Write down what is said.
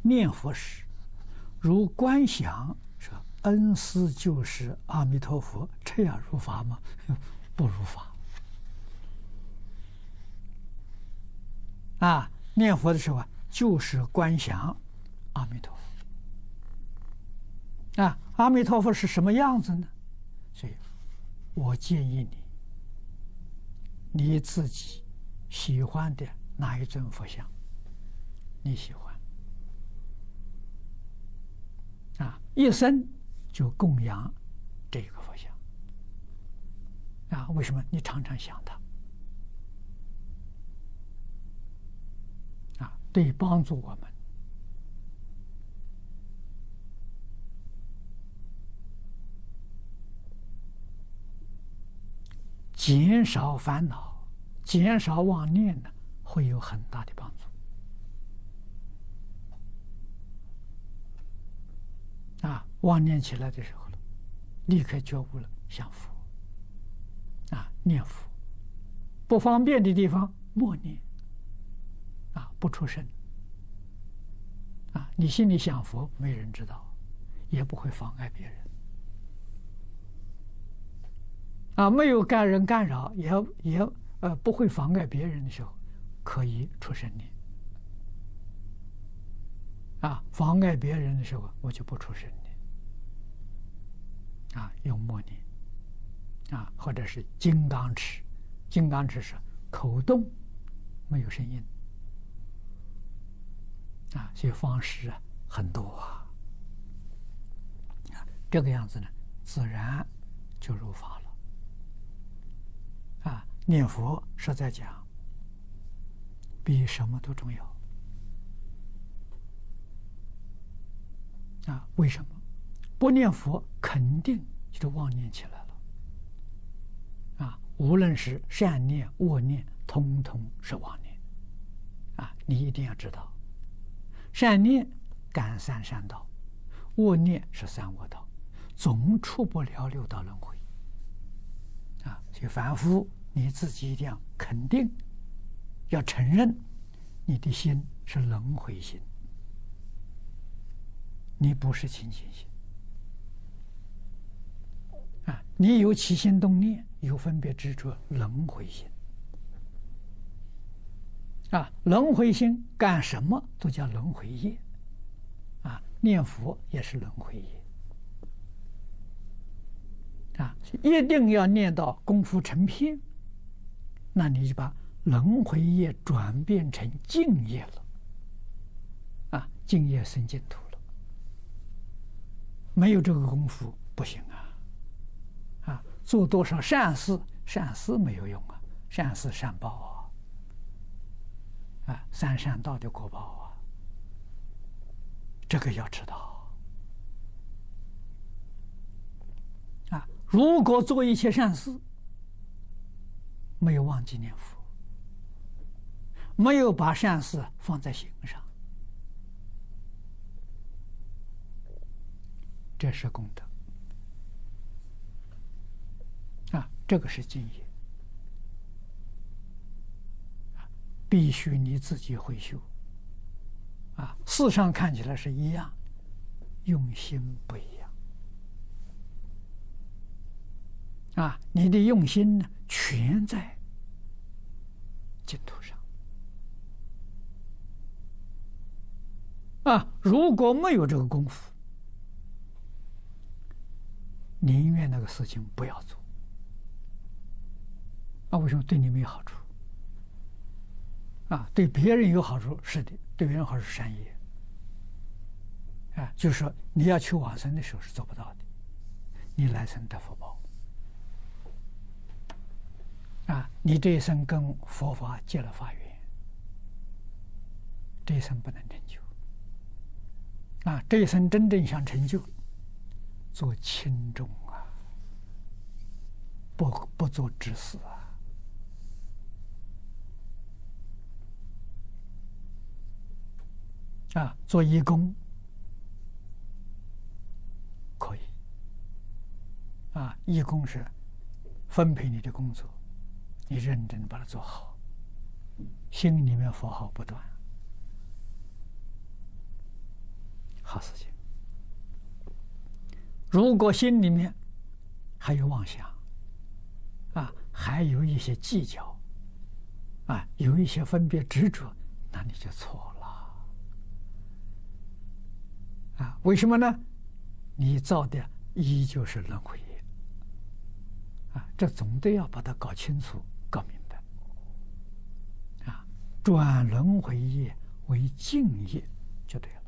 念佛时，如观想说恩师就是阿弥陀佛，这样入法吗？不入法。念佛的时候就是观想阿弥陀佛。阿弥陀佛是什么样子呢？所以，我建议你自己喜欢的哪一尊佛像，你喜欢一生就供养这个佛像为什么？你常常想它对帮助我们减少烦恼、减少妄念呢，会有很大的帮助。妄念起来的时候了，立刻觉悟了，想佛念佛。不方便的地方默念不出声你心里想佛，没人知道，也不会妨碍别人没有人干扰，也不会妨碍别人的时候，可以出声念妨碍别人的时候，我就不出声念用默念或者是金刚持。金刚持是口动没有声音所以方式很多这个样子呢，自然就入法了念佛实在讲比什么都重要为什么？不念佛肯定就妄念起来了无论是善念恶念，通通是妄念你一定要知道，善念感三善道，恶念是三恶道，总出不了六道轮回所以凡夫你自己一定要肯定，要承认你的心是轮回心，你不是清净心你有起心动念，有分别执着，轮回心轮回心干什么都叫轮回业念佛也是轮回业一定要念到功夫成片，那你就把轮回业转变成净业了净业生净土了。没有这个功夫不行做多少善事，善事没有用善事善报三善道的果报这个要知道如果做一切善事，没有忘记念佛，没有把善事放在心上，这是功德这个是净业必须你自己会修事上看起来是一样，用心不一样你的用心呢，全在净土上如果没有这个功夫，宁愿那个事情不要做为什么？对你没有好处对别人有好处是的，对别人好处是善业就是说你要去往生的时候是做不到的，你来生得福报你这一生跟佛法结了法缘，这一生不能成就这一生真正想成就，做轻重不做执事做义工可以义工是分配你的工作，你认真把它做好，心里面佛号不断好事情。如果心里面还有妄想，还有一些计较，有一些分别执着，那你就错了。为什么呢？你造的依旧是轮回业，这总得要把它搞清楚、搞明白。转轮回业为净业就对了。